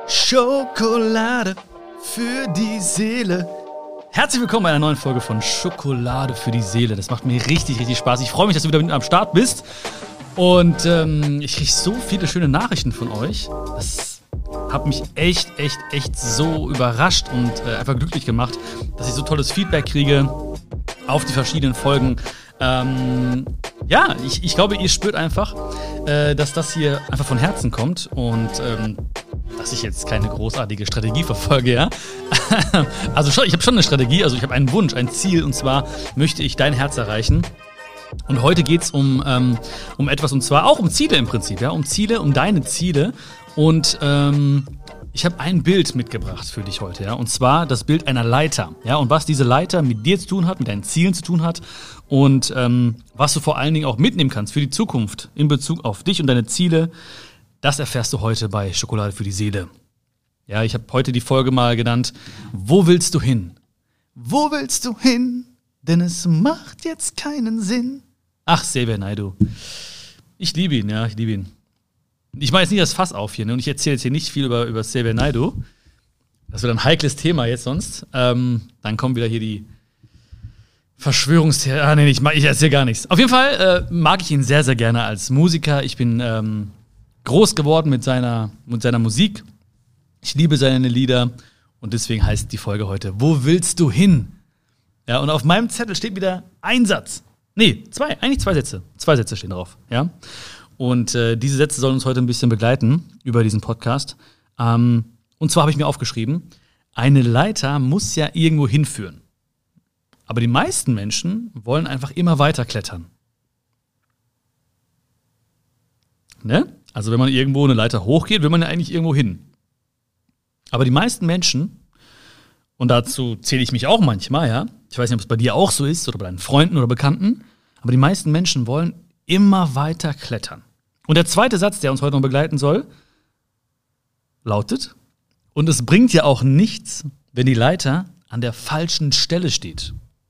Schokolade für die Seele. Herzlich willkommen bei einer neuen Folge von Schokolade für die Seele. Das macht mir richtig, richtig Spaß. Ich freue mich, dass du wieder mit am Start bist. Und ich kriege so viele schöne Nachrichten von euch. Das hat mich echt so überrascht und einfach glücklich gemacht, dass ich so tolles Feedback kriege auf die verschiedenen Folgen. Ich glaube, ihr spürt einfach, dass das hier einfach von Herzen kommt und dass ich jetzt keine großartige Strategie verfolge, ja. Also ich habe schon eine Strategie, also ich habe einen Wunsch, ein Ziel, und zwar möchte ich dein Herz erreichen. Und heute geht es um etwas, und zwar auch um Ziele im Prinzip, ja, um Ziele, um deine Ziele. Und ich habe ein Bild mitgebracht für dich heute, ja, und zwar das Bild einer Leiter, ja, und was diese Leiter mit dir zu tun hat, mit deinen Zielen zu tun hat und was du vor allen Dingen auch mitnehmen kannst für die Zukunft in Bezug auf dich und deine Ziele. Das erfährst du heute bei Schokolade für die Seele. Ja, ich habe heute die Folge mal genannt, wo willst du hin? Wo willst du hin? Denn es macht jetzt keinen Sinn. Ach, Xavier Naidoo. Ich liebe ihn, ja, ich liebe ihn. Ich mache jetzt nicht das Fass auf hier, ne? Und ich erzähle jetzt hier nicht viel über Xavier Naidoo. Das wird ein heikles Thema jetzt sonst. Dann kommen wieder hier die Verschwörungstheorien. Ich erzähle gar nichts. Auf jeden Fall mag ich ihn sehr, sehr gerne als Musiker. Ich bin groß geworden mit seiner Musik. Ich liebe seine Lieder und deswegen heißt die Folge heute, wo willst du hin? Ja, und auf meinem Zettel steht wieder ein Satz. Nee, zwei Sätze. 2 Sätze stehen drauf, ja. Und diese Sätze sollen uns heute ein bisschen begleiten über diesen Podcast. Und zwar habe ich mir aufgeschrieben, eine Leiter muss ja irgendwo hinführen. Aber die meisten Menschen wollen einfach immer weiter klettern. Ne? Also wenn man irgendwo eine Leiter hochgeht, will man ja eigentlich irgendwo hin. Aber die meisten Menschen, und dazu zähle ich mich auch manchmal, ja, ich weiß nicht, ob es bei dir auch so ist oder bei deinen Freunden oder Bekannten, aber die meisten Menschen wollen immer weiter klettern. Und der zweite Satz, der uns heute noch begleiten soll, lautet, und es bringt ja auch nichts, wenn die Leiter an der falschen Stelle steht.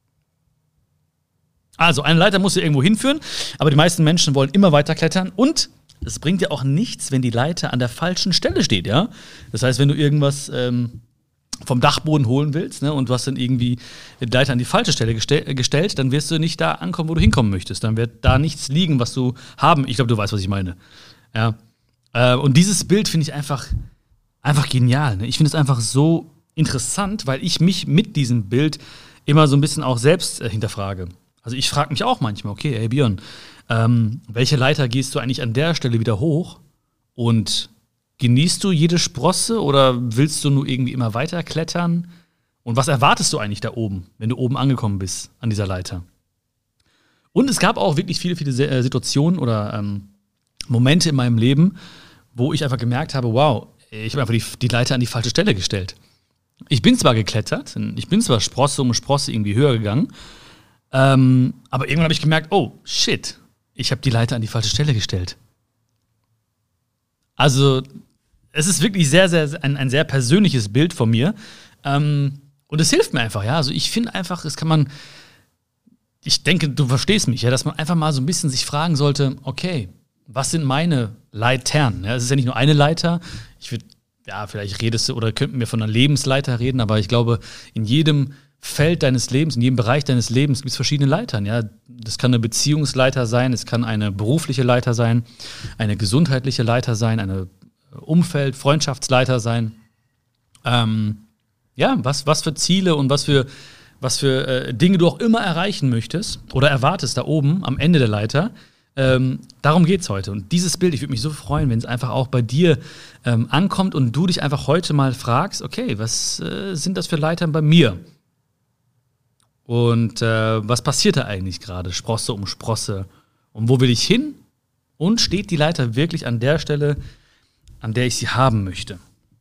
Also, eine Leiter muss ja irgendwo hinführen, aber die meisten Menschen wollen immer weiter klettern und es bringt ja auch nichts, wenn die Leiter an der falschen Stelle steht, ja. Das heißt, wenn du irgendwas vom Dachboden holen willst, ne, und du hast dann irgendwie die Leiter an die falsche Stelle gestellt, dann wirst du nicht da ankommen, wo du hinkommen möchtest. Dann wird da nichts liegen, was du haben. Ich glaube, du weißt, was ich meine. Ja. Und dieses Bild finde ich einfach genial. Ne? Ich finde es einfach so interessant, weil ich mich mit diesem Bild immer so ein bisschen auch selbst hinterfrage. Also ich frage mich auch manchmal, okay, hey Björn, welche Leiter gehst du eigentlich an der Stelle wieder hoch? Und genießt du jede Sprosse oder willst du nur irgendwie immer weiter klettern? Und was erwartest du eigentlich da oben, wenn du oben angekommen bist an dieser Leiter? Und es gab auch wirklich viele Situationen oder Momente in meinem Leben, wo ich einfach gemerkt habe, wow, ich habe einfach die Leiter an die falsche Stelle gestellt. Ich bin zwar geklettert, ich bin zwar Sprosse um Sprosse irgendwie höher gegangen, aber irgendwann habe ich gemerkt, oh, shit, ich habe die Leiter an die falsche Stelle gestellt. Also, es ist wirklich ein sehr persönliches Bild von mir. Und es hilft mir einfach, ja. Also, ich finde einfach, ich denke, du verstehst mich, ja, dass man einfach mal so ein bisschen sich fragen sollte, okay, was sind meine Leitern? Ja, es ist ja nicht nur eine Leiter. Vielleicht redest du oder könnten wir von einer Lebensleiter reden, aber ich glaube, in jedem Feld deines Lebens, in jedem Bereich deines Lebens gibt es verschiedene Leitern. Ja? Das kann eine Beziehungsleiter sein, es kann eine berufliche Leiter sein, eine gesundheitliche Leiter sein, eine Freundschaftsleiter sein. Was für Ziele und was für Dinge du auch immer erreichen möchtest oder erwartest da oben am Ende der Leiter. Darum geht's heute. Und dieses Bild, ich würde mich so freuen, wenn es einfach auch bei dir ankommt und du dich einfach heute mal fragst, okay, was sind das für Leitern bei mir? Und was passiert da eigentlich gerade? Sprosse um Sprosse. Und wo will ich hin? Und steht die Leiter wirklich an der Stelle, an der ich sie haben möchte?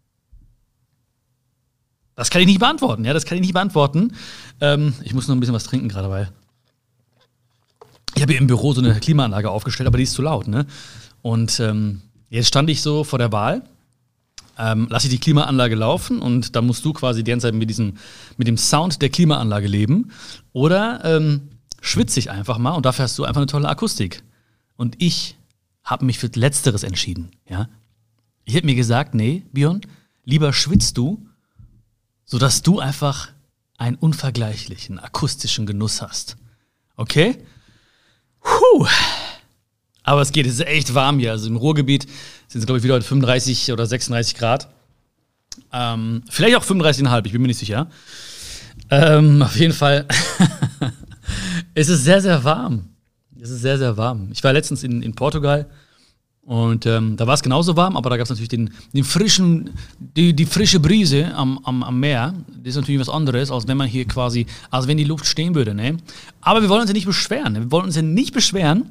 Das kann ich nicht beantworten, ja, ich muss noch ein bisschen was trinken gerade, weil ich habe hier im Büro so eine Klimaanlage aufgestellt, aber die ist zu laut, ne? Und jetzt stand ich so vor der Wahl, lasse ich die Klimaanlage laufen und dann musst du quasi die ganze Zeit mit dem Sound der Klimaanlage leben. Oder schwitze ich einfach mal und dafür hast du einfach eine tolle Akustik. Und ich habe mich für Letzteres entschieden. Ja? Ich hätte mir gesagt, nee, Björn, lieber schwitzt du, sodass du einfach einen unvergleichlichen akustischen Genuss hast. Okay? Puh. Aber es geht, es ist echt warm hier. Also im Ruhrgebiet sind es, glaube ich, wieder heute 35 oder 36 Grad. Vielleicht auch 35,5, ich bin mir nicht sicher. Auf jeden Fall. Es ist sehr, sehr warm. Es ist sehr, sehr warm. Ich war letztens in Portugal und da war es genauso warm, aber da gab es natürlich die frische Brise am Meer. Das ist natürlich was anderes, als wenn man hier quasi, als wenn die Luft stehen würde. Ne? Aber wir wollen uns ja nicht beschweren. Wir wollen uns ja nicht beschweren.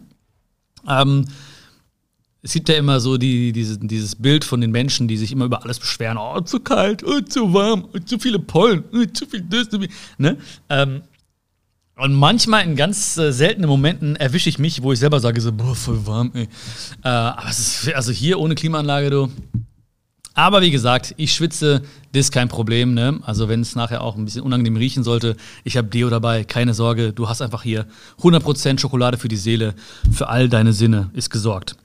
Es gibt ja immer so dieses Bild von den Menschen, die sich immer über alles beschweren. Oh, zu kalt, oh, zu warm, oh, zu viele Pollen, oh, zu viel das, zu viel. Ne? Und manchmal in ganz seltenen Momenten erwische ich mich, wo ich selber sage so, boah, voll warm, ey. Aber es ist, also hier ohne Klimaanlage, du. Aber wie gesagt, ich schwitze, das ist kein Problem, ne? Also wenn es nachher auch ein bisschen unangenehm riechen sollte, ich habe Deo dabei, keine Sorge. Du hast einfach hier 100% Schokolade für die Seele, für all deine Sinne ist gesorgt.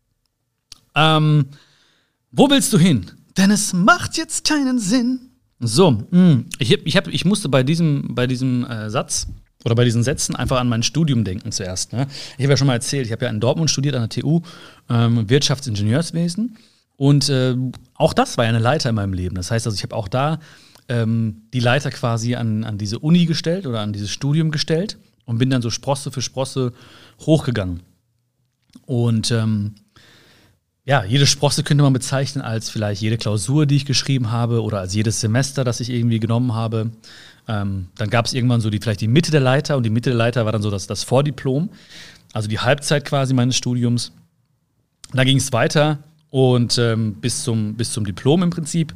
Wo willst du hin? Denn es macht jetzt keinen Sinn. So, ich musste bei diesem Satz oder bei diesen Sätzen einfach an mein Studium denken zuerst. Ne? Ich habe ja schon mal erzählt, ich habe ja in Dortmund studiert an der TU, Wirtschaftsingenieurswesen. Und auch das war ja eine Leiter in meinem Leben. Das heißt, also ich habe auch da die Leiter quasi an diese Uni gestellt oder an dieses Studium gestellt und bin dann so Sprosse für Sprosse hochgegangen. Und ja, jede Sprosse könnte man bezeichnen als vielleicht jede Klausur, die ich geschrieben habe oder als jedes Semester, das ich irgendwie genommen habe. Dann gab es irgendwann so vielleicht die Mitte der Leiter und die Mitte der Leiter war dann so das Vordiplom, also die Halbzeit quasi meines Studiums. Da ging es weiter und bis zum Diplom im Prinzip.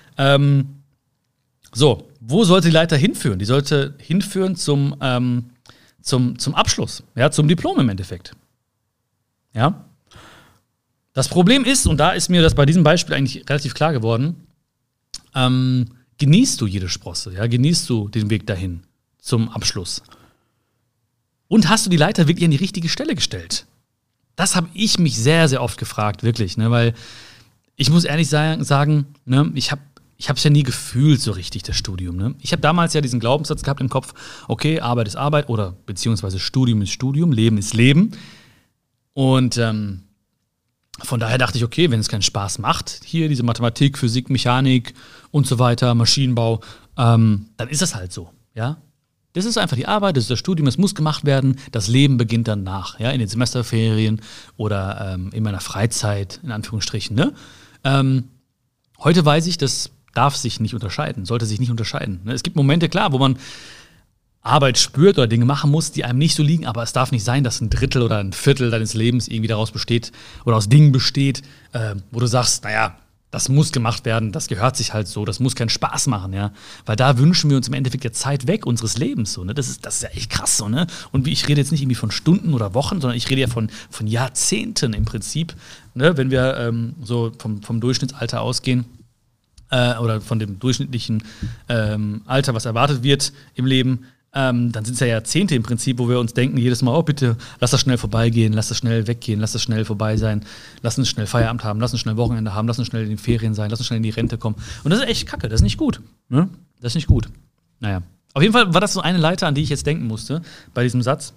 So, wo sollte die Leiter hinführen? Die sollte hinführen zum Abschluss, ja, zum Diplom im Endeffekt. Ja. Das Problem ist, und da ist mir das bei diesem Beispiel eigentlich relativ klar geworden, genießt du jede Sprosse, ja, genießt du den Weg dahin zum Abschluss. Und hast du die Leiter wirklich an die richtige Stelle gestellt? Das habe ich mich sehr, sehr oft gefragt, wirklich, ne, weil ich muss ehrlich sagen, ne, ich habe es ja nie gefühlt so richtig, das Studium. Ne? Ich habe damals ja diesen Glaubenssatz gehabt im Kopf, okay, Arbeit ist Arbeit oder beziehungsweise Studium ist Studium, Leben ist Leben. Und von daher dachte ich, okay, wenn es keinen Spaß macht, hier diese Mathematik, Physik, Mechanik und so weiter, Maschinenbau, dann ist das halt so, ja. Das ist einfach die Arbeit, das ist das Studium, es muss gemacht werden, das Leben beginnt dann nach, ja, in den Semesterferien oder in meiner Freizeit, in Anführungsstrichen, ne. Heute weiß ich, das darf sich nicht unterscheiden, sollte sich nicht unterscheiden. Ne? Es gibt Momente, klar, wo man Arbeit spürt oder Dinge machen muss, die einem nicht so liegen, aber es darf nicht sein, dass ein Drittel oder ein Viertel deines Lebens irgendwie daraus besteht oder aus Dingen besteht, wo du sagst, naja, das muss gemacht werden, das gehört sich halt so, das muss keinen Spaß machen, ja. Weil da wünschen wir uns im Endeffekt ja Zeit weg unseres Lebens, so, ne? Das ist ja echt krass, so, ne? Und ich rede jetzt nicht irgendwie von Stunden oder Wochen, sondern ich rede ja von Jahrzehnten im Prinzip, ne? Wenn wir so vom Durchschnittsalter ausgehen, oder von dem durchschnittlichen Alter, was erwartet wird im Leben, dann sind es ja Jahrzehnte im Prinzip, wo wir uns denken, jedes Mal, oh bitte, lass das schnell vorbeigehen, lass das schnell weggehen, lass das schnell vorbei sein, lass uns schnell Feierabend haben, lass uns schnell Wochenende haben, lass uns schnell in die Ferien sein, lass uns schnell in die Rente kommen. Und das ist echt kacke, das ist nicht gut. Ne? Das ist nicht gut. Naja. Auf jeden Fall war das so eine Leiter, an die ich jetzt denken musste, bei diesem Satz.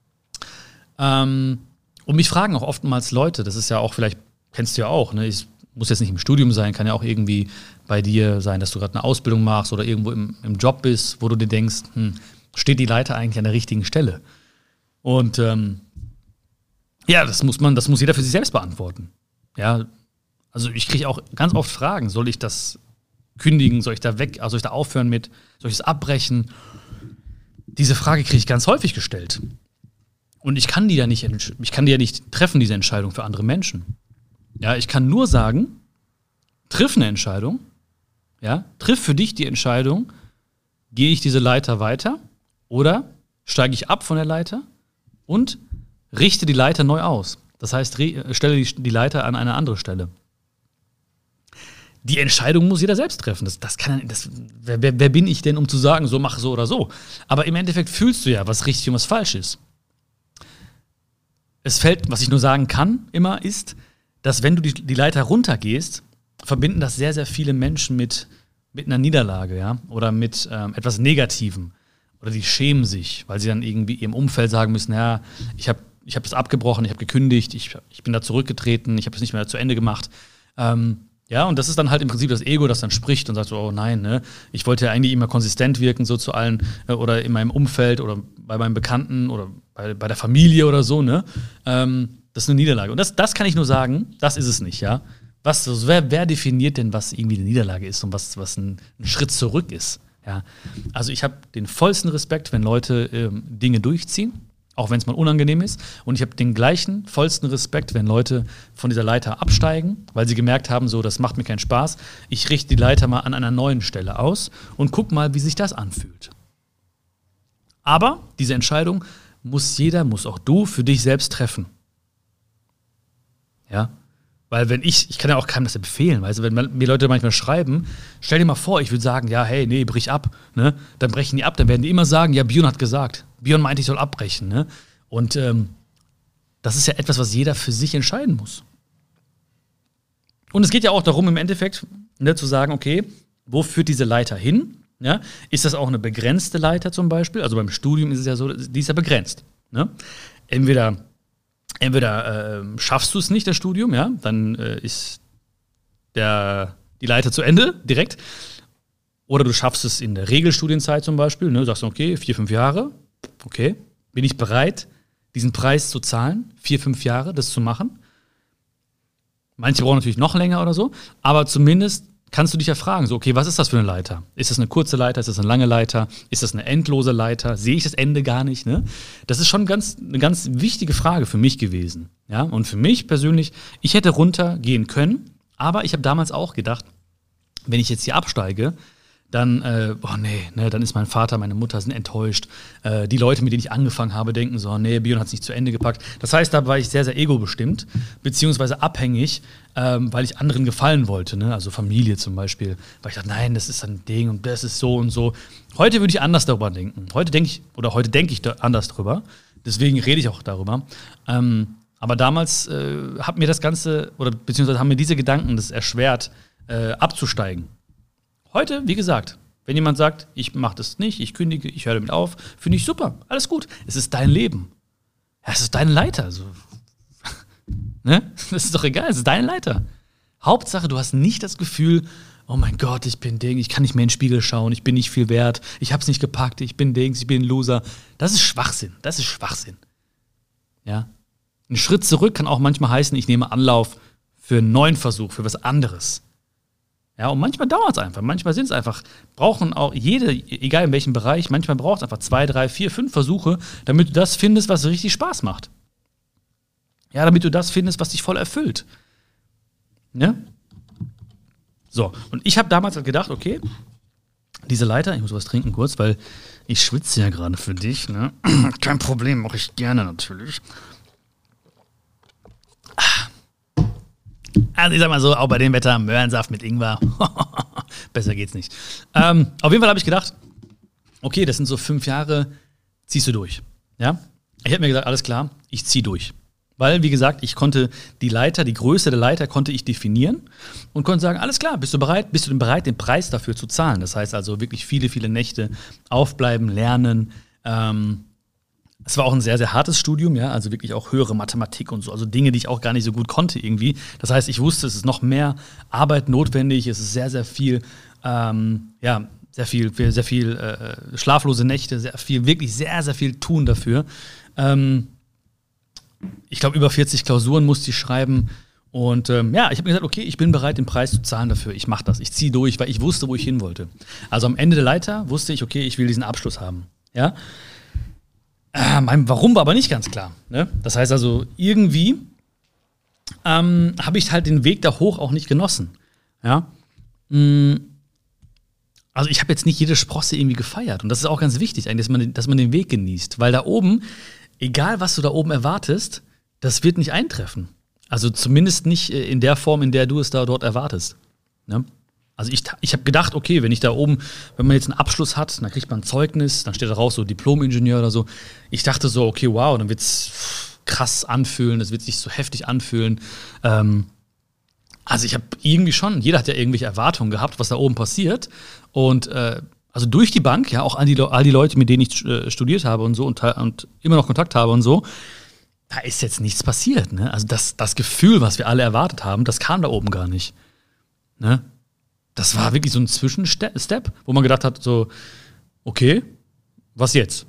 Und mich fragen auch oftmals Leute, das ist ja auch, vielleicht kennst du ja auch, ne? Ich muss jetzt nicht im Studium sein, kann ja auch irgendwie bei dir sein, dass du gerade eine Ausbildung machst oder irgendwo im Job bist, wo du dir denkst, steht die Leiter eigentlich an der richtigen Stelle? Und ja, das muss jeder für sich selbst beantworten. Ja, also ich kriege auch ganz oft Fragen, soll ich das kündigen, soll ich da weg, also soll ich da aufhören mit, soll ich es abbrechen? Diese Frage kriege ich ganz häufig gestellt. Und ich kann die ja nicht treffen, diese Entscheidung für andere Menschen. Ja, ich kann nur sagen, triff eine Entscheidung, ja, triff für dich die Entscheidung, gehe ich diese Leiter weiter oder steige ich ab von der Leiter und richte die Leiter neu aus. Das heißt, stelle die Leiter an eine andere Stelle. Die Entscheidung muss jeder selbst treffen. Wer bin ich denn, um zu sagen, so mach so oder so? Aber im Endeffekt fühlst du ja, was richtig und was falsch ist. Was ich nur sagen kann, immer ist, dass wenn du die Leiter runtergehst, verbinden das sehr, sehr viele Menschen mit einer Niederlage, ja, oder mit etwas Negativem. Oder die schämen sich, weil sie dann irgendwie ihrem Umfeld sagen müssen, ja, ich hab das abgebrochen, ich habe gekündigt, ich bin da zurückgetreten, ich habe es nicht mehr zu Ende gemacht. Ja, und das ist dann halt im Prinzip das Ego, das dann spricht und sagt so, oh nein, ne, ich wollte ja eigentlich immer konsistent wirken, so zu allen, oder in meinem Umfeld oder bei meinen Bekannten oder bei der Familie oder so, ne. Das ist eine Niederlage. Und das kann ich nur sagen, das ist es nicht, ja. Wer definiert denn, was irgendwie eine Niederlage ist und was ein Schritt zurück ist? Ja? Also ich habe den vollsten Respekt, wenn Leute Dinge durchziehen, auch wenn es mal unangenehm ist. Und ich habe den gleichen vollsten Respekt, wenn Leute von dieser Leiter absteigen, weil sie gemerkt haben, so, das macht mir keinen Spaß. Ich richte die Leiter mal an einer neuen Stelle aus und guck mal, wie sich das anfühlt. Aber diese Entscheidung muss auch du für dich selbst treffen. Ja? Weil wenn ich kann ja auch keinem das empfehlen, weißt du, wenn mir Leute manchmal schreiben, stell dir mal vor, ich würde sagen, ja, hey, nee, brich ab, ne? Dann brechen die ab, dann werden die immer sagen, ja, Björn hat gesagt. Björn meinte, ich soll abbrechen, ne? Und das ist ja etwas, was jeder für sich entscheiden muss. Und es geht ja auch darum, im Endeffekt, ne, zu sagen, okay, wo führt diese Leiter hin? Ja? Ist das auch eine begrenzte Leiter zum Beispiel? Also beim Studium ist es ja so, die ist ja begrenzt. Ne? Entweder schaffst du es nicht, das Studium, ja, dann ist die Leiter zu Ende, direkt. Oder du schaffst es in der Regelstudienzeit zum Beispiel, ne, sagst du, okay, 4, 5 Jahre, okay, bin ich bereit, diesen Preis zu zahlen, 4, 5 Jahre, das zu machen. Manche brauchen natürlich noch länger oder so, aber zumindest kannst du dich ja fragen, so, okay, was ist das für eine Leiter? Ist das eine kurze Leiter? Ist das eine lange Leiter? Ist das eine endlose Leiter? Sehe ich das Ende gar nicht? Ne? Das ist schon eine ganz wichtige Frage für mich gewesen. Ja? Und für mich persönlich, ich hätte runtergehen können, aber ich habe damals auch gedacht, wenn ich jetzt hier absteige, dann, dann ist mein Vater, meine Mutter sind enttäuscht. Die Leute, mit denen ich angefangen habe, denken so, nee, Björn hat es nicht zu Ende gepackt. Das heißt, da war ich sehr, sehr egobestimmt, beziehungsweise abhängig, weil ich anderen gefallen wollte, ne? Also Familie zum Beispiel. Weil ich dachte, nein, das ist ein Ding und das ist so und so. Heute würde ich anders darüber denken. Heute denke ich da anders drüber. Deswegen rede ich auch darüber. Aber damals hat mir das Ganze, oder beziehungsweise haben mir diese Gedanken das erschwert, abzusteigen. Heute, wie gesagt, wenn jemand sagt, ich mache das nicht, ich kündige, ich höre damit auf, finde ich super, alles gut. Es ist dein Leben. Ja, es ist deine Leiter. Also, ne? Das ist doch egal, es ist deine Leiter. Hauptsache, du hast nicht das Gefühl, oh mein Gott, ich bin Ding, ich kann nicht mehr in den Spiegel schauen, ich bin nicht viel wert, ich habe es nicht gepackt, ich bin Dings, ich bin ein Loser. Das ist Schwachsinn, Ja? Ein Schritt zurück kann auch manchmal heißen, ich nehme Anlauf für einen neuen Versuch, für was anderes. Ja, und manchmal dauert es einfach. Manchmal sind es einfach, brauchen auch egal in welchem Bereich, manchmal braucht es einfach 2, 3, 4, 5 Versuche, damit du das findest, was richtig Spaß macht. Ja, damit du das findest, was dich voll erfüllt. Ne? So, und ich habe damals halt gedacht, okay, diese Leiter, ich muss was trinken kurz, weil ich schwitze ja gerade für dich. Ne? Kein Problem, mache ich gerne natürlich. Also ich sag mal so, auch bei dem Wetter, Möhrensaft mit Ingwer. Besser geht's nicht. Auf jeden Fall habe ich gedacht, okay, das sind so 5 Jahre, ziehst du durch. Ja? Ich habe mir gesagt, alles klar, ich ziehe durch. Weil, wie gesagt, ich konnte die Größe der Leiter konnte ich definieren und konnte sagen, alles klar, bist du denn bereit, den Preis dafür zu zahlen? Das heißt also wirklich viele, viele Nächte aufbleiben, lernen. Es war auch ein sehr, sehr hartes Studium, ja, also wirklich auch höhere Mathematik und so, also Dinge, die ich auch gar nicht so gut konnte irgendwie. Das heißt, ich wusste, es ist noch mehr Arbeit notwendig, es ist sehr, sehr viel, sehr viel schlaflose Nächte, wirklich sehr, sehr viel tun dafür. Ich glaube, über 40 Klausuren musste ich schreiben. Und ich habe mir gesagt, okay, ich bin bereit, den Preis zu zahlen dafür. Ich mache das, ich ziehe durch, weil ich wusste, wo ich hin wollte. Also am Ende der Leiter wusste ich, okay, ich will diesen Abschluss haben. Ja? Mein Warum war aber nicht ganz klar. Ne? Das heißt also, irgendwie habe ich halt den Weg da hoch auch nicht genossen. Ja? Also ich habe jetzt nicht jede Sprosse irgendwie gefeiert. Und das ist auch ganz wichtig, eigentlich, dass man den Weg genießt. Weil da oben, egal was du da oben erwartest, das wird nicht eintreffen. Also zumindest nicht in der Form, in der du es dort erwartest. Ne? Also ich habe gedacht, okay, wenn man jetzt einen Abschluss hat, dann kriegt man ein Zeugnis, dann steht da raus so Diplom-Ingenieur oder so. Ich dachte so, okay, wow, dann wird's krass anfühlen, das wird sich so heftig anfühlen. Also ich habe irgendwie schon, jeder hat ja irgendwelche Erwartungen gehabt, was da oben passiert. Und also durch die Bank, ja, auch all die Leute, mit denen ich studiert habe und so und immer noch Kontakt habe und so, da ist jetzt nichts passiert. Ne? Also das Gefühl, was wir alle erwartet haben, das kam da oben gar nicht. Ne? Das war wirklich so ein Zwischenstep, wo man gedacht hat, so, okay, was jetzt?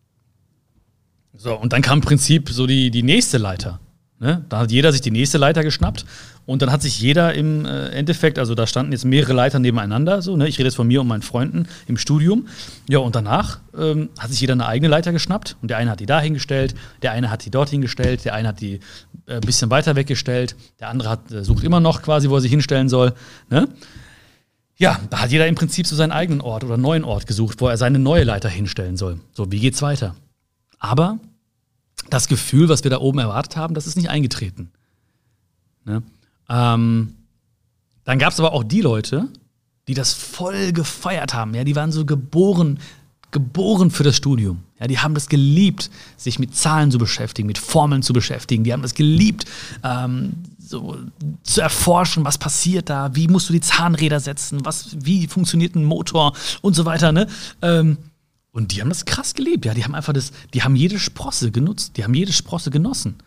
So, und dann kam im Prinzip so die nächste Leiter. Ne? Da hat jeder sich die nächste Leiter geschnappt und dann hat sich jeder im Endeffekt, also da standen jetzt mehrere Leiter nebeneinander, so, ne? Ich rede jetzt von mir und meinen Freunden im Studium. Ja, und danach hat sich jeder eine eigene Leiter geschnappt und der eine hat die da hingestellt, der eine hat die dort hingestellt, der eine hat die ein bisschen weiter weggestellt, der andere sucht immer noch quasi, wo er sich hinstellen soll. Ne? Ja, da hat jeder im Prinzip so seinen eigenen Ort oder neuen Ort gesucht, wo er seine neue Leiter hinstellen soll. So, wie geht's weiter? Aber das Gefühl, was wir da oben erwartet haben, das ist nicht eingetreten. Ne? Dann gab es aber auch die Leute, die das voll gefeiert haben. Ja? Die waren so geboren für das Studium. Ja? Die haben das geliebt, sich mit Zahlen zu beschäftigen, mit Formeln zu beschäftigen. Die haben das geliebt, so zu erforschen, was passiert da, wie musst du die Zahnräder setzen, wie funktioniert ein Motor und so weiter. Ne? Und die haben das krass geliebt, ja. Die haben jede Sprosse genutzt, die haben jede Sprosse genossen.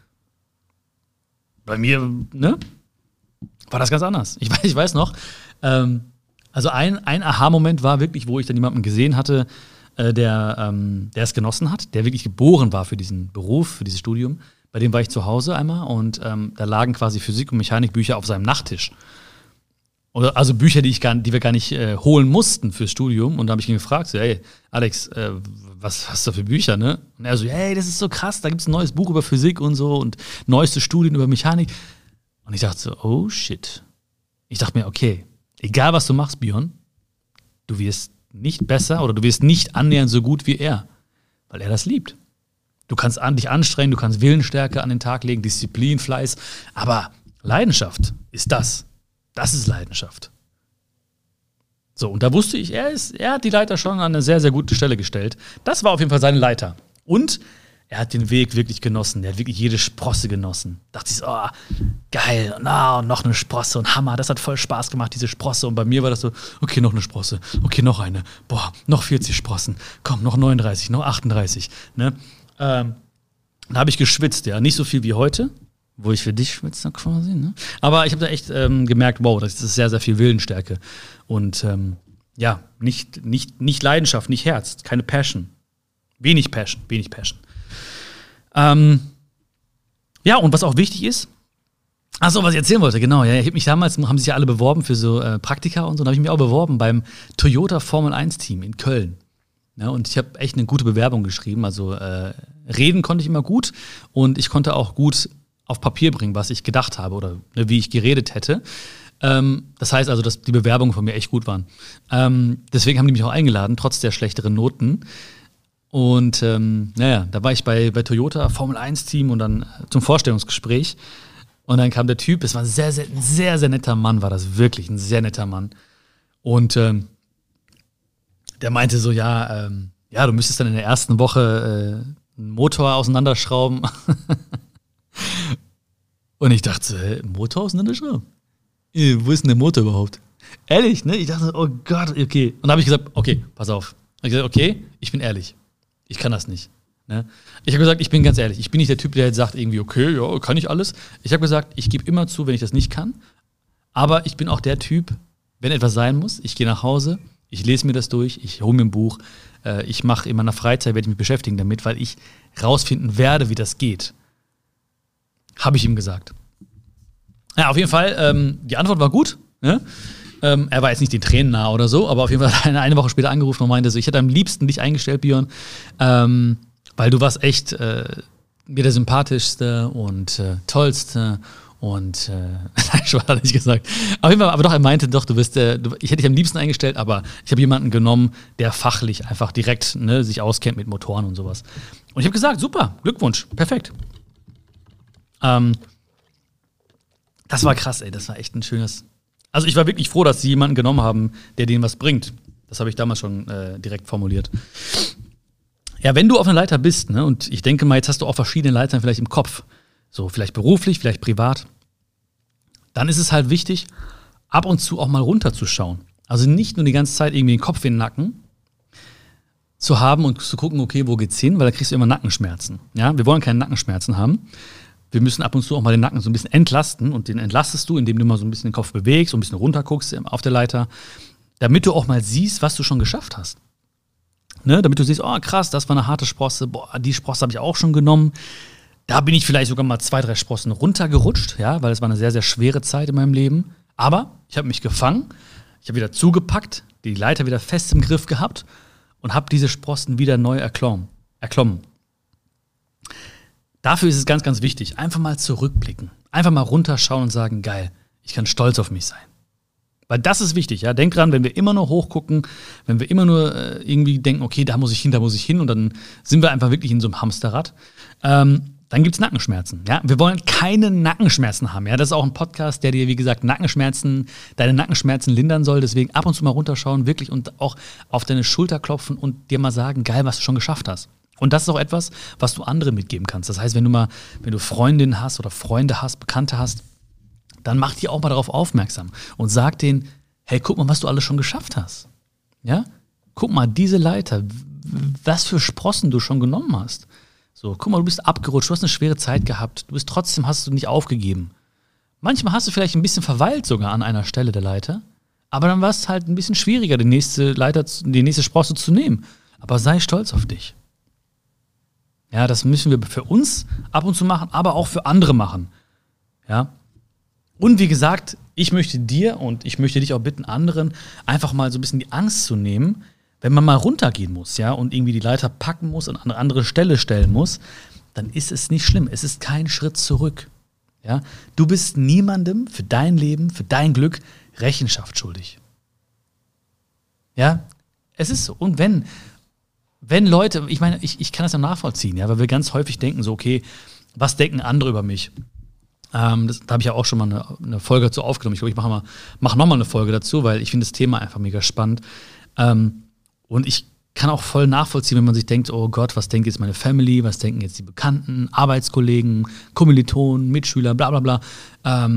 Bei mir, ne, war das ganz anders. Ich weiß noch, also ein Aha-Moment war wirklich, wo ich dann jemanden gesehen hatte, der es genossen hat, der wirklich geboren war für diesen Beruf, für dieses Studium. Bei dem war ich zu Hause einmal und da lagen quasi Physik- und Mechanikbücher auf seinem Nachttisch. Also Bücher, die wir gar nicht holen mussten fürs Studium. Und da habe ich ihn gefragt, so, hey, Alex, was hast du für Bücher, ne? Und er so, hey, das ist so krass, da gibt es ein neues Buch über Physik und so und neueste Studien über Mechanik. Und ich dachte so, oh shit. Ich dachte mir, okay, egal was du machst, Björn, du wirst nicht besser oder du wirst nicht annähernd so gut wie er, weil er das liebt. Du kannst dich anstrengen, du kannst Willensstärke an den Tag legen, Disziplin, Fleiß, aber Leidenschaft ist das. Das ist Leidenschaft. So, und da wusste ich, er hat die Leiter schon an eine sehr, sehr gute Stelle gestellt. Das war auf jeden Fall seine Leiter. Und er hat den Weg wirklich genossen. Er hat wirklich jede Sprosse genossen. Dachte ich so, oh, geil, und noch eine Sprosse und Hammer. Das hat voll Spaß gemacht, diese Sprosse. Und bei mir war das so, okay, noch eine Sprosse. Okay, noch eine. Boah, noch 40 Sprossen. Komm, noch 39, noch 38. Ne? Da habe ich geschwitzt, ja. Nicht so viel wie heute. Wo ich für dich schwitze quasi, ne? Aber ich habe da echt gemerkt, wow, das ist sehr, sehr viel Willensstärke. Und ja, nicht Leidenschaft, nicht Herz, keine Passion. Wenig Passion. Ja, und was auch wichtig ist, achso, was ich erzählen wollte, genau, ja, ich habe mich damals, haben sich ja alle beworben für so Praktika und so, da habe ich mich auch beworben beim Toyota Formel 1 Team in Köln. Ja, und ich habe echt eine gute Bewerbung geschrieben, also reden konnte ich immer gut und ich konnte auch gut auf Papier bringen, was ich gedacht habe oder wie ich geredet hätte. Das heißt also, dass die Bewerbungen von mir echt gut waren. Deswegen haben die mich auch eingeladen, trotz der schlechteren Noten. Und naja, da war ich bei Toyota, Formel 1 Team und dann zum Vorstellungsgespräch. Und dann kam der Typ, es war ein sehr, sehr, sehr, sehr netter Mann, war das wirklich, ein sehr netter Mann. Und der meinte so, ja, du müsstest dann in der ersten Woche einen Motor auseinanderschrauben. Und ich dachte so, Motor auseinanderschrauben? Wo ist denn der Motor überhaupt? Ehrlich, ne? Ich dachte, oh Gott, okay. Und dann habe ich gesagt, okay, pass auf. Ich habe gesagt, okay, ich bin ehrlich. Ich kann das nicht. Ne? Ich habe gesagt, ich bin ganz ehrlich. Ich bin nicht der Typ, der jetzt sagt irgendwie, okay, ja, kann ich alles. Ich habe gesagt, ich gebe immer zu, wenn ich das nicht kann. Aber ich bin auch der Typ, wenn etwas sein muss, ich gehe nach Hause, ich lese mir das durch, ich hole mir ein Buch, ich mache in meiner Freizeit, werde ich mich beschäftigen damit, weil ich rausfinden werde, wie das geht. Habe ich ihm gesagt. Ja, auf jeden Fall, die Antwort war gut. Ne? Er war jetzt nicht den Tränen nah oder so, aber auf jeden Fall hat er eine Woche später angerufen und meinte so, ich hätte am liebsten dich eingestellt, Björn, weil du warst echt mir der sympathischste und tollste und nein, schon hat er nicht gesagt. Auf jeden Fall, aber doch, er meinte doch, ich hätte dich am liebsten eingestellt, aber ich habe jemanden genommen, der fachlich einfach direkt sich auskennt mit Motoren und sowas. Und ich habe gesagt, super, Glückwunsch, perfekt. Das war krass, ey, das war echt ein schönes. Also ich war wirklich froh, dass sie jemanden genommen haben, der denen was bringt. Das habe ich damals schon direkt formuliert. Ja, wenn du auf einer Leiter bist, ne, und ich denke mal, jetzt hast du auch verschiedene Leitern vielleicht im Kopf. So, vielleicht beruflich, vielleicht privat. dann ist es halt wichtig, ab und zu auch mal runterzuschauen. Also nicht nur die ganze Zeit irgendwie den Kopf in den Nacken zu haben und zu gucken, okay, wo geht's hin, weil da kriegst du immer Nackenschmerzen. Ja, wir wollen keine Nackenschmerzen haben. Wir müssen ab und zu auch mal den Nacken so ein bisschen entlasten und den entlastest du, indem du mal so ein bisschen den Kopf bewegst, so ein bisschen runterguckst auf der Leiter, damit du auch mal siehst, was du schon geschafft hast. Ne? Damit du siehst, oh krass, das war eine harte Sprosse, boah, die Sprosse habe ich auch schon genommen. Da bin ich vielleicht sogar mal 2, 3 Sprossen runtergerutscht, ja, weil es war eine sehr, sehr schwere Zeit in meinem Leben. Aber ich habe mich gefangen, ich habe wieder zugepackt, die Leiter wieder fest im Griff gehabt und habe diese Sprossen wieder neu erklommen. Dafür ist es ganz, ganz wichtig, einfach mal zurückblicken, einfach mal runterschauen und sagen, geil, ich kann stolz auf mich sein. Weil das ist wichtig, ja. Denk dran, wenn wir immer nur hochgucken, wenn wir immer nur irgendwie denken, okay, da muss ich hin und dann sind wir einfach wirklich in so einem Hamsterrad, dann gibt es Nackenschmerzen. Ja? Wir wollen keine Nackenschmerzen haben. Ja? Das ist auch ein Podcast, der dir, wie gesagt, deine Nackenschmerzen lindern soll. Deswegen ab und zu mal runterschauen, wirklich und auch auf deine Schulter klopfen und dir mal sagen, geil, was du schon geschafft hast. Und das ist auch etwas, was du anderen mitgeben kannst. Das heißt, wenn du Freundinnen hast oder Freunde hast, Bekannte hast, dann mach die auch mal darauf aufmerksam und sag denen, hey, guck mal, was du alles schon geschafft hast. Ja? Guck mal, diese Leiter, was für Sprossen du schon genommen hast. So, guck mal, du bist abgerutscht, du hast eine schwere Zeit gehabt, hast du nicht aufgegeben. Manchmal hast du vielleicht ein bisschen verweilt sogar an einer Stelle der Leiter, aber dann war es halt ein bisschen schwieriger, die nächste Sprosse zu nehmen. Aber sei stolz auf dich. Ja, das müssen wir für uns ab und zu machen, aber auch für andere machen. Ja. Und wie gesagt, ich möchte dir und ich möchte dich auch bitten, anderen einfach mal so ein bisschen die Angst zu nehmen, wenn man mal runtergehen muss, ja, und irgendwie die Leiter packen muss und an eine andere Stelle stellen muss, dann ist es nicht schlimm. Es ist kein Schritt zurück. Ja? Du bist niemandem für dein Leben, für dein Glück Rechenschaft schuldig. Ja, es ist so. Und wenn Leute, ich meine, ich kann das ja nachvollziehen, ja, weil wir ganz häufig denken so, okay, was denken andere über mich? Da habe ich ja auch schon mal eine Folge dazu aufgenommen. Ich glaube, ich mach noch mal eine Folge dazu, weil ich finde das Thema einfach mega spannend. Und ich kann auch voll nachvollziehen, wenn man sich denkt, oh Gott, was denkt jetzt meine Family, was denken jetzt die Bekannten, Arbeitskollegen, Kommilitonen, Mitschüler, bla bla bla.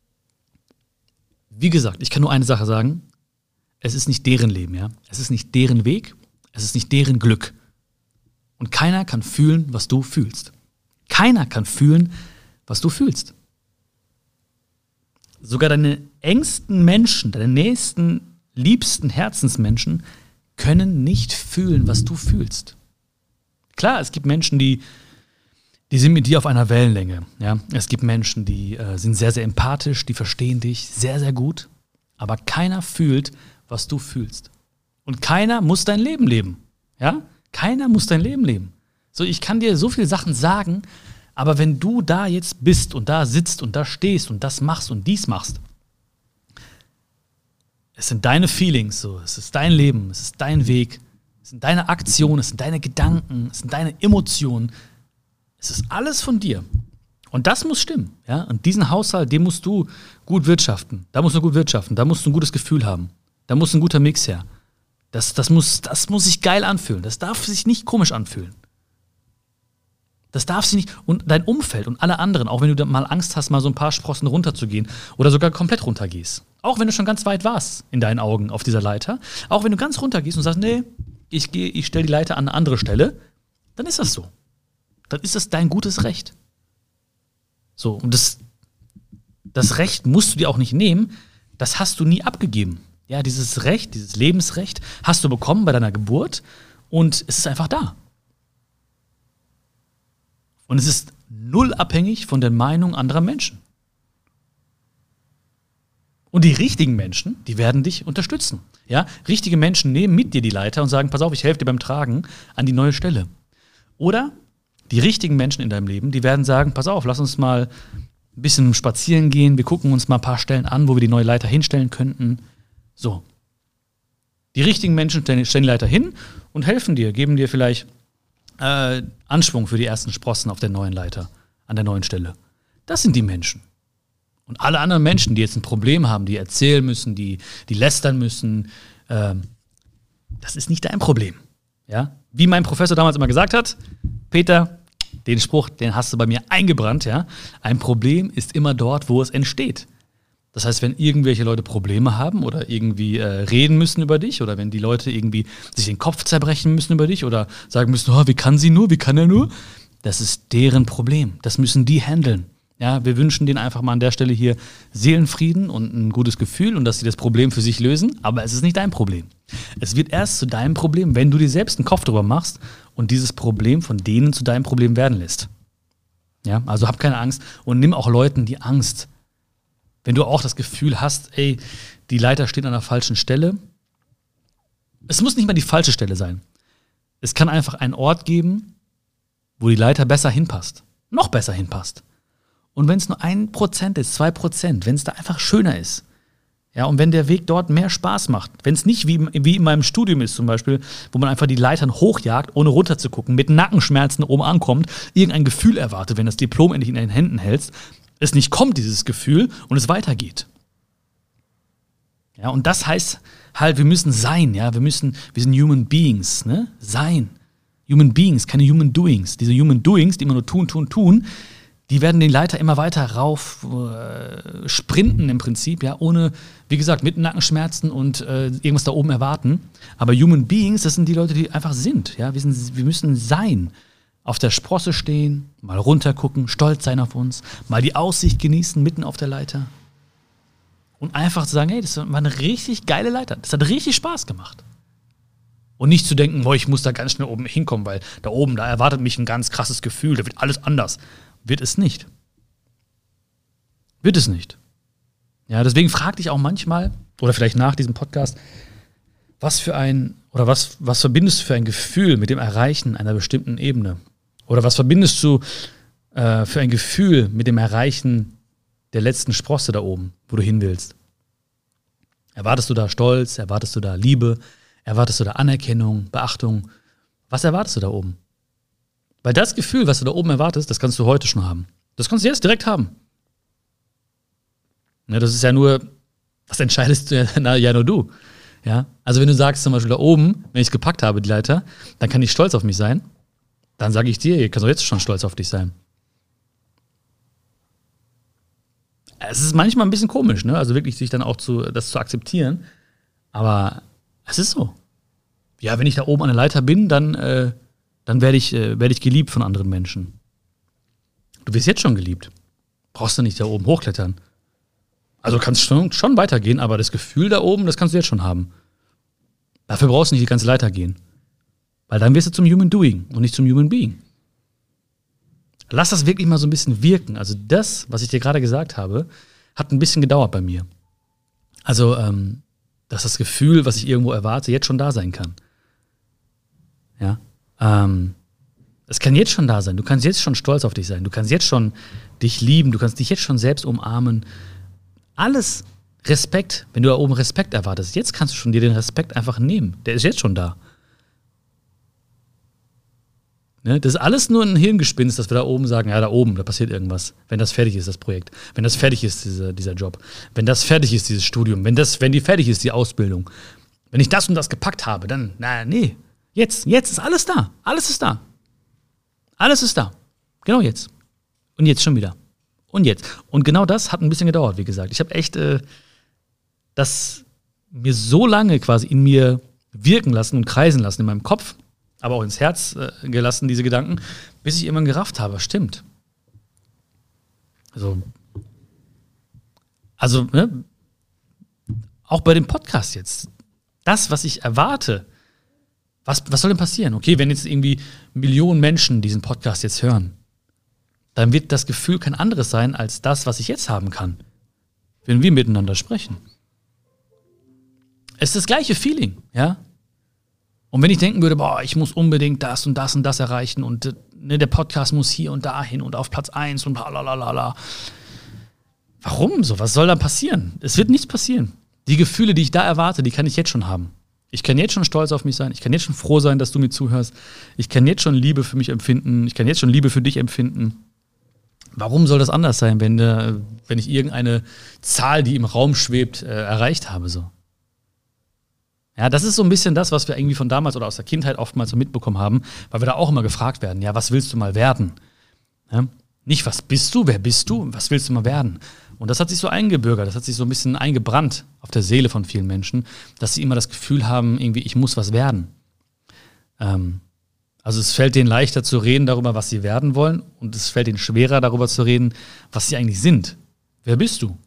Wie gesagt, ich kann nur eine Sache sagen, es ist nicht deren Leben, ja. Es ist nicht deren Weg, es ist nicht deren Glück. Und keiner kann fühlen, was du fühlst. Keiner kann fühlen, was du fühlst. Sogar deine engsten Menschen, deine nächsten, liebsten Herzensmenschen können nicht fühlen, was du fühlst. Klar, es gibt Menschen, die sind mit dir auf einer Wellenlänge. Ja? Es gibt Menschen, die sind sehr, sehr empathisch, die verstehen dich sehr, sehr gut. Aber keiner fühlt, was du fühlst. Und keiner muss dein Leben leben. Ja? Keiner muss dein Leben leben. So, ich kann dir so viele Sachen sagen, aber wenn du da jetzt bist und da sitzt und da stehst und das machst und dies machst, es sind deine Feelings, so. Es ist dein Leben, es ist dein Weg, es sind deine Aktionen, es sind deine Gedanken, es sind deine Emotionen. Es ist alles von dir. Und das muss stimmen. Ja? Und diesen Haushalt, den musst du gut wirtschaften. Da musst du gut wirtschaften, da musst du ein gutes Gefühl haben. Da muss ein guter Mix her. Das muss sich geil anfühlen. Das darf sich nicht komisch anfühlen. Das darf sich nicht. Und dein Umfeld und alle anderen, auch wenn du mal Angst hast, mal so ein paar Sprossen runterzugehen oder sogar komplett runtergehst. Auch wenn du schon ganz weit warst in deinen Augen auf dieser Leiter. Auch wenn du ganz runtergehst und sagst, nee, ich stelle die Leiter an eine andere Stelle, dann ist das so. Dann ist das dein gutes Recht. So, und das Recht musst du dir auch nicht nehmen, das hast du nie abgegeben. Ja, dieses Recht, dieses Lebensrecht hast du bekommen bei deiner Geburt und es ist einfach da. Und es ist null abhängig von der Meinung anderer Menschen. Und die richtigen Menschen, die werden dich unterstützen. Ja? Richtige Menschen nehmen mit dir die Leiter und sagen, pass auf, ich helfe dir beim Tragen an die neue Stelle. Oder die richtigen Menschen in deinem Leben, die werden sagen, pass auf, lass uns mal ein bisschen spazieren gehen, wir gucken uns mal ein paar Stellen an, wo wir die neue Leiter hinstellen könnten. So. Die richtigen Menschen stellen die Leiter hin und helfen dir, geben dir vielleicht Anschwung für die ersten Sprossen auf der neuen Leiter, an der neuen Stelle. Das sind die Menschen. Und alle anderen Menschen, die jetzt ein Problem haben, die erzählen müssen, die lästern müssen, das ist nicht dein Problem. Ja? Wie mein Professor damals immer gesagt hat, Peter, den Spruch, den hast du bei mir eingebrannt. Ja? Ein Problem ist immer dort, wo es entsteht. Das heißt, wenn irgendwelche Leute Probleme haben oder irgendwie reden müssen über dich oder wenn die Leute irgendwie sich den Kopf zerbrechen müssen über dich oder sagen müssen, oh, wie kann sie nur, wie kann er nur? Das ist deren Problem. Das müssen die handeln. Ja, wir wünschen denen einfach mal an der Stelle hier Seelenfrieden und ein gutes Gefühl und dass sie das Problem für sich lösen, aber es ist nicht dein Problem. Es wird erst zu deinem Problem, wenn du dir selbst einen Kopf drüber machst und dieses Problem von denen zu deinem Problem werden lässt. Ja, also hab keine Angst und nimm auch Leuten die Angst. Wenn du auch das Gefühl hast, ey, die Leiter steht an der falschen Stelle. Es muss nicht mal die falsche Stelle sein. Es kann einfach einen Ort geben, wo die Leiter besser hinpasst. Noch besser hinpasst. Und wenn es nur 1% ist, 2%, wenn es da einfach schöner ist. Ja, und wenn der Weg dort mehr Spaß macht. Wenn es nicht wie in meinem Studium ist zum Beispiel, wo man einfach die Leitern hochjagt, ohne runter zu gucken, mit Nackenschmerzen oben ankommt, irgendein Gefühl erwartet, wenn das Diplom endlich in deinen Händen hältst, es nicht kommt, dieses Gefühl, und es weitergeht. Ja, und das heißt halt, wir müssen sein, ja, wir sind Human Beings, ne? Sein. Human Beings, keine Human Doings. Diese Human Doings, die immer nur tun, die werden den Leiter immer weiter rauf sprinten im Prinzip, ja, ohne, wie gesagt, mit Nackenschmerzen und irgendwas da oben erwarten. Aber Human Beings, das sind die Leute, die einfach sind, ja, wir müssen sein. Auf der Sprosse stehen, mal runtergucken, stolz sein auf uns, mal die Aussicht genießen, mitten auf der Leiter. Und einfach zu sagen, hey, das war eine richtig geile Leiter. Das hat richtig Spaß gemacht. Und nicht zu denken, boah, ich muss da ganz schnell oben hinkommen, weil da oben, da erwartet mich ein ganz krasses Gefühl, da wird alles anders. Wird es nicht. Wird es nicht. Ja, deswegen frag dich auch manchmal, oder vielleicht nach diesem Podcast, was verbindest du für ein Gefühl mit dem Erreichen einer bestimmten Ebene? Oder was verbindest du für ein Gefühl mit dem Erreichen der letzten Sprosse da oben, wo du hin willst? Erwartest du da Stolz? Erwartest du da Liebe? Erwartest du da Anerkennung, Beachtung? Was erwartest du da oben? Weil das Gefühl, was du da oben erwartest, das kannst du heute schon haben. Das kannst du jetzt direkt haben. Ja, das ist ja nur, das entscheidest ja nur du. Ja? Also wenn du sagst zum Beispiel da oben, wenn ich es gepackt habe, die Leiter, dann kann ich stolz auf mich sein. Dann sage ich dir, ihr kannst doch jetzt schon stolz auf dich sein. Es ist manchmal ein bisschen komisch, ne? Also wirklich sich dann auch das zu akzeptieren. Aber es ist so. Ja, wenn ich da oben an der Leiter bin, dann werde ich geliebt von anderen Menschen. Du wirst jetzt schon geliebt. Brauchst du nicht da oben hochklettern. Also kannst schon weitergehen, aber das Gefühl da oben, das kannst du jetzt schon haben. Dafür brauchst du nicht die ganze Leiter gehen. Weil dann wirst du zum Human Doing und nicht zum Human Being. Lass das wirklich mal so ein bisschen wirken. Also das, was ich dir gerade gesagt habe, hat ein bisschen gedauert bei mir. Also, dass das Gefühl, was ich irgendwo erwarte, jetzt schon da sein kann. Ja. Es kann jetzt schon da sein. Du kannst jetzt schon stolz auf dich sein. Du kannst jetzt schon dich lieben. Du kannst dich jetzt schon selbst umarmen. Alles Respekt, wenn du da oben Respekt erwartest. Jetzt kannst du schon dir den Respekt einfach nehmen. Der ist jetzt schon da. Ne? Das ist alles nur ein Hirngespinst, dass wir da oben sagen, ja, da oben, da passiert irgendwas. Wenn das fertig ist, das Projekt. Wenn das fertig ist, dieser Job. Wenn das fertig ist, dieses Studium. Wenn die fertig ist, die Ausbildung. Wenn ich das und das gepackt habe, dann, nee. Jetzt ist alles da. Alles ist da. Alles ist da. Genau jetzt. Und jetzt schon wieder. Und jetzt. Und genau das hat ein bisschen gedauert, wie gesagt. Ich habe echt das mir so lange quasi in mir wirken lassen und kreisen lassen in meinem Kopf, aber auch ins Herz gelassen, diese Gedanken, bis ich irgendwann gerafft habe, stimmt. Also ne? Auch bei dem Podcast jetzt. Das, was ich erwarte, was soll denn passieren? Okay, wenn jetzt irgendwie Millionen Menschen diesen Podcast jetzt hören, dann wird das Gefühl kein anderes sein als das, was ich jetzt haben kann, wenn wir miteinander sprechen. Es ist das gleiche Feeling, ja? Und wenn ich denken würde, boah, ich muss unbedingt das und das und das erreichen und ne, der Podcast muss hier und dahin und auf Platz 1 und blablabla. Warum so? Was soll da passieren? Es wird nichts passieren. Die Gefühle, die ich da erwarte, die kann ich jetzt schon haben. Ich kann jetzt schon stolz auf mich sein. Ich kann jetzt schon froh sein, dass du mir zuhörst. Ich kann jetzt schon Liebe für mich empfinden. Ich kann jetzt schon Liebe für dich empfinden. Warum soll das anders sein, wenn ich irgendeine Zahl, die im Raum schwebt, erreicht habe? So? Ja, das ist so ein bisschen das, was wir irgendwie von damals oder aus der Kindheit oftmals so mitbekommen haben, weil wir da auch immer gefragt werden, ja, was willst du mal werden? Ja? Nicht, was bist du, wer bist du, was willst du mal werden? Und das hat sich so eingebürgert, das hat sich so ein bisschen eingebrannt auf der Seele von vielen Menschen, dass sie immer das Gefühl haben, irgendwie, ich muss was werden. Also es fällt denen leichter zu reden darüber, was sie werden wollen, und es fällt ihnen schwerer darüber zu reden, was sie eigentlich sind. Wer bist du?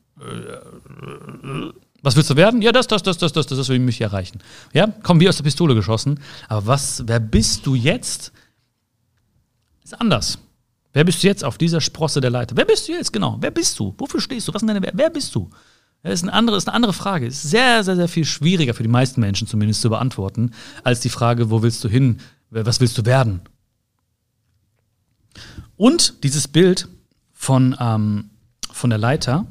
Was willst du werden? Ja, das will ich mich erreichen. Ja, komm, wie aus der Pistole geschossen. Aber wer bist du jetzt? Ist anders. Wer bist du jetzt auf dieser Sprosse der Leiter? Wer bist du jetzt genau? Wer bist du? Wofür stehst du? Was sind deine Werte? Wer bist du? Das ist eine andere Frage. Ist sehr, sehr, sehr viel schwieriger für die meisten Menschen zumindest zu beantworten, als die Frage, wo willst du hin? Was willst du werden? Und dieses Bild von der Leiter,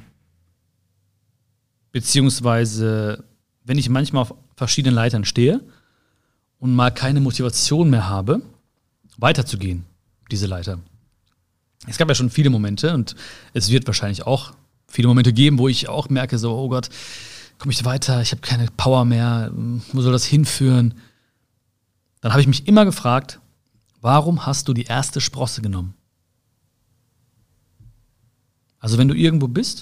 beziehungsweise wenn ich manchmal auf verschiedenen Leitern stehe und mal keine Motivation mehr habe, weiterzugehen, diese Leiter. Es gab ja schon viele Momente, und es wird wahrscheinlich auch viele Momente geben, wo ich auch merke, so, oh Gott, komme ich weiter, ich habe keine Power mehr, wo soll das hinführen? Dann habe ich mich immer gefragt, warum hast du die erste Sprosse genommen? Also wenn du irgendwo bist,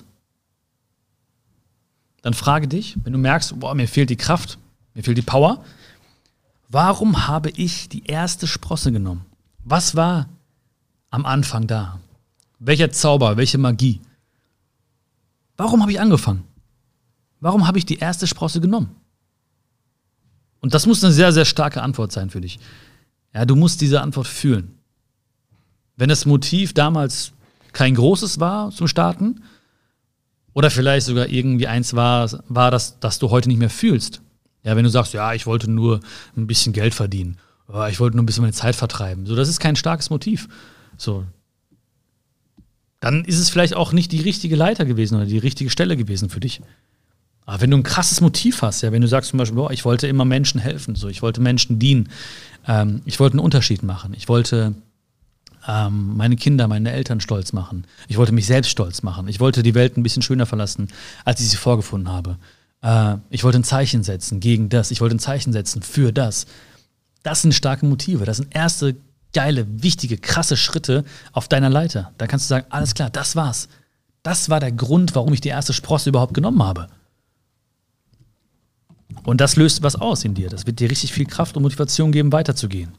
dann frage dich, wenn du merkst, boah, mir fehlt die Kraft, mir fehlt die Power, warum habe ich die erste Sprosse genommen? Was war am Anfang da? Welcher Zauber, welche Magie? Warum habe ich angefangen? Warum habe ich die erste Sprosse genommen? Und das muss eine sehr, sehr starke Antwort sein für dich. Ja, du musst diese Antwort fühlen. Wenn das Motiv damals kein großes war zum Starten oder vielleicht sogar irgendwie eins war das du heute nicht mehr fühlst. Ja, wenn du sagst, ja, ich wollte nur ein bisschen Geld verdienen, ich wollte nur ein bisschen meine Zeit vertreiben. So, das ist kein starkes Motiv. So. Dann ist es vielleicht auch nicht die richtige Leiter gewesen oder die richtige Stelle gewesen für dich. Aber wenn du ein krasses Motiv hast, ja, wenn du sagst zum Beispiel, ich wollte immer Menschen helfen, so, ich wollte Menschen dienen, ich wollte einen Unterschied machen, ich wollte meine Kinder, meine Eltern stolz machen, ich wollte mich selbst stolz machen, ich wollte die Welt ein bisschen schöner verlassen, als ich sie vorgefunden habe. Ich wollte ein Zeichen setzen gegen das, ich wollte ein Zeichen setzen für das. Das sind starke Motive, das sind erste geile, wichtige, krasse Schritte auf deiner Leiter. Da kannst du sagen, alles klar, das war's. Das war der Grund, warum ich die erste Sprosse überhaupt genommen habe. Und das löst was aus in dir. Das wird dir richtig viel Kraft und Motivation geben, weiterzugehen.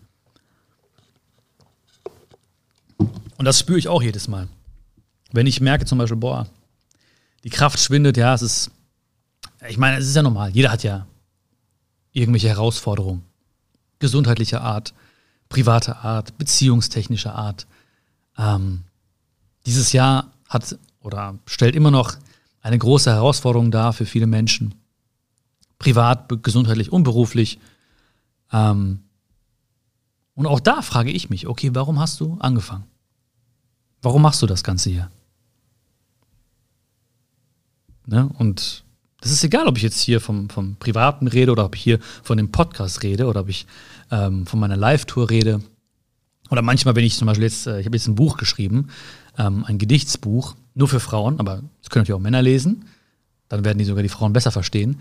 Und das spüre ich auch jedes Mal. Wenn ich merke zum Beispiel, die Kraft schwindet, ja, es ist ja normal. Jeder hat ja irgendwelche Herausforderungen. Gesundheitlicher Art, privater Art, beziehungstechnischer Art. Dieses Jahr stellt immer noch eine große Herausforderung dar für viele Menschen. Privat, gesundheitlich und beruflich. Und auch da frage ich mich, okay, warum hast du angefangen? Warum machst du das Ganze hier? Ne? Und das ist egal, ob ich jetzt hier vom Privaten rede oder ob ich hier von dem Podcast rede oder ob ich von meiner Live-Tour rede. Oder manchmal, wenn ich zum Beispiel ich habe jetzt ein Buch geschrieben, ein Gedichtsbuch, nur für Frauen, aber das können natürlich auch Männer lesen, dann werden die sogar die Frauen besser verstehen.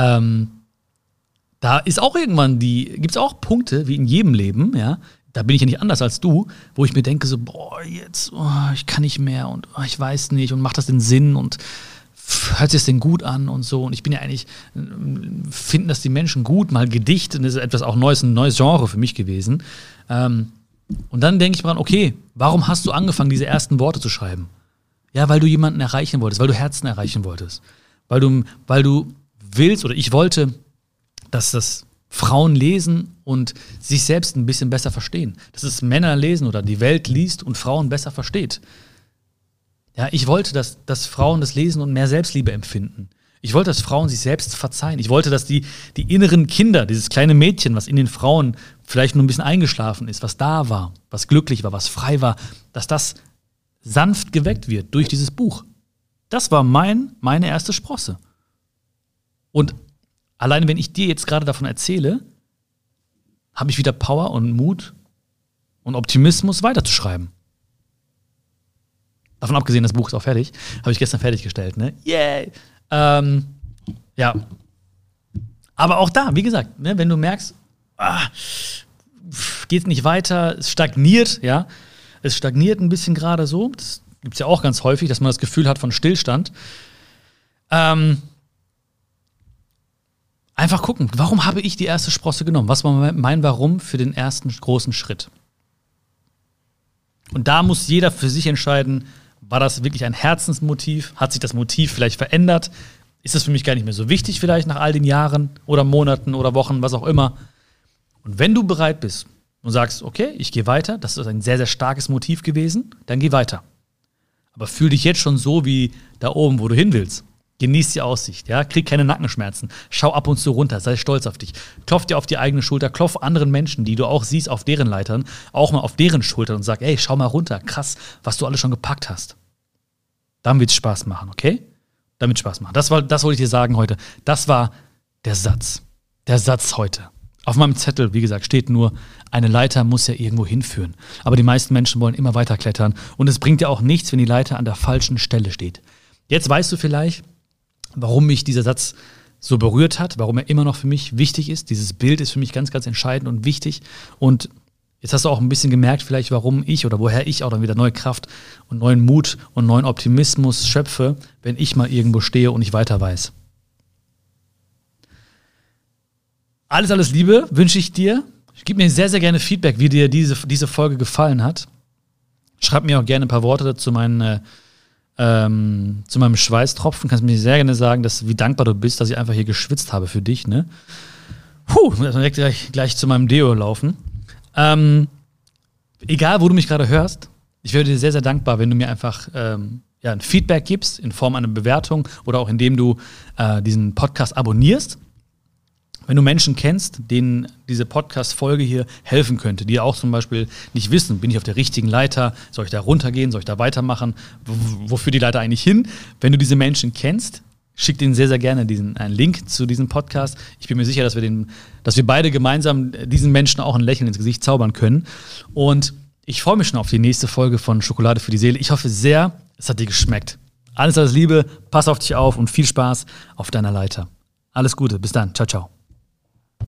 Da ist auch gibt es auch Punkte, wie in jedem Leben, ja, da bin ich ja nicht anders als du, wo ich mir denke so, ich kann nicht mehr und ich weiß nicht und macht das den Sinn und hört sich das denn gut an und so. Und ich bin ja eigentlich, finden das die Menschen gut, mal Gedicht, und das ist etwas auch Neues, ein neues Genre für mich gewesen. Und dann denke ich mir dran, okay, warum hast du angefangen, diese ersten Worte zu schreiben? Ja, weil du jemanden erreichen wolltest, weil du Herzen erreichen wolltest. Weil du willst, oder ich wollte, dass das Frauen lesen und sich selbst ein bisschen besser verstehen. Dass es Männer lesen oder die Welt liest und Frauen besser versteht. Ja, ich wollte, dass Frauen das lesen und mehr Selbstliebe empfinden. Ich wollte, dass Frauen sich selbst verzeihen. Ich wollte, dass die inneren Kinder, dieses kleine Mädchen, was in den Frauen vielleicht nur ein bisschen eingeschlafen ist, was da war, was glücklich war, was frei war, dass das sanft geweckt wird durch dieses Buch. Das war meine erste Sprosse. Und alleine, wenn ich dir jetzt gerade davon erzähle, habe ich wieder Power und Mut und Optimismus weiterzuschreiben. Davon abgesehen, das Buch ist auch fertig. Habe ich gestern fertiggestellt, ne? Yay! Ja. Aber auch da, wie gesagt, ne, wenn du merkst, geht nicht weiter, es stagniert, ja. Es stagniert ein bisschen gerade so. Gibt es ja auch ganz häufig, dass man das Gefühl hat von Stillstand. Einfach gucken, warum habe ich die erste Sprosse genommen? Was war mein Warum für den ersten großen Schritt? Und da muss jeder für sich entscheiden, war das wirklich ein Herzensmotiv? Hat sich das Motiv vielleicht verändert? Ist das für mich gar nicht mehr so wichtig vielleicht nach all den Jahren oder Monaten oder Wochen, was auch immer? Und wenn du bereit bist und sagst, okay, ich gehe weiter, das ist ein sehr, sehr starkes Motiv gewesen, dann geh weiter. Aber fühl dich jetzt schon so wie da oben, wo du hin willst. Genieß die Aussicht, ja, krieg keine Nackenschmerzen. Schau ab und zu runter, sei stolz auf dich. Klopf dir auf die eigene Schulter, klopf anderen Menschen, die du auch siehst auf deren Leitern, auch mal auf deren Schultern und sag, ey, schau mal runter, krass, was du alles schon gepackt hast. Dann wird's Spaß machen, okay? Dann wird's Spaß machen. Das wollte ich dir sagen heute. Das war der Satz. Der Satz heute. Auf meinem Zettel, wie gesagt, steht nur, eine Leiter muss ja irgendwo hinführen. Aber die meisten Menschen wollen immer weiter klettern. Und es bringt ja auch nichts, wenn die Leiter an der falschen Stelle steht. Jetzt weißt du vielleicht, warum mich dieser Satz so berührt hat, warum er immer noch für mich wichtig ist. Dieses Bild ist für mich ganz, ganz entscheidend und wichtig. Und jetzt hast du auch ein bisschen gemerkt, vielleicht, warum ich oder woher ich auch dann wieder neue Kraft und neuen Mut und neuen Optimismus schöpfe, wenn ich mal irgendwo stehe und nicht weiter weiß. Alles Liebe wünsche ich dir. Gib mir sehr, sehr gerne Feedback, wie dir diese Folge gefallen hat. Schreib mir auch gerne ein paar Worte zu meinem Schweißtropfen. Kannst mir sehr gerne sagen, wie dankbar du bist, dass ich einfach hier geschwitzt habe für dich. Ne? Ich muss direkt gleich zu meinem Deo laufen. Egal, wo du mich gerade hörst, ich wäre dir sehr, sehr dankbar, wenn du mir einfach ein Feedback gibst in Form einer Bewertung oder auch indem du diesen Podcast abonnierst. Wenn du Menschen kennst, denen diese Podcast-Folge hier helfen könnte, die auch zum Beispiel nicht wissen, bin ich auf der richtigen Leiter, soll ich da runtergehen, soll ich da weitermachen, wofür die Leiter eigentlich hin? Wenn du diese Menschen kennst, schick denen sehr, sehr gerne einen Link zu diesem Podcast. Ich bin mir sicher, dass wir beide gemeinsam diesen Menschen auch ein Lächeln ins Gesicht zaubern können. Und ich freue mich schon auf die nächste Folge von Schokolade für die Seele. Ich hoffe sehr, es hat dir geschmeckt. Alles Liebe, pass auf dich auf und viel Spaß auf deiner Leiter. Alles Gute, bis dann. Ciao, ciao.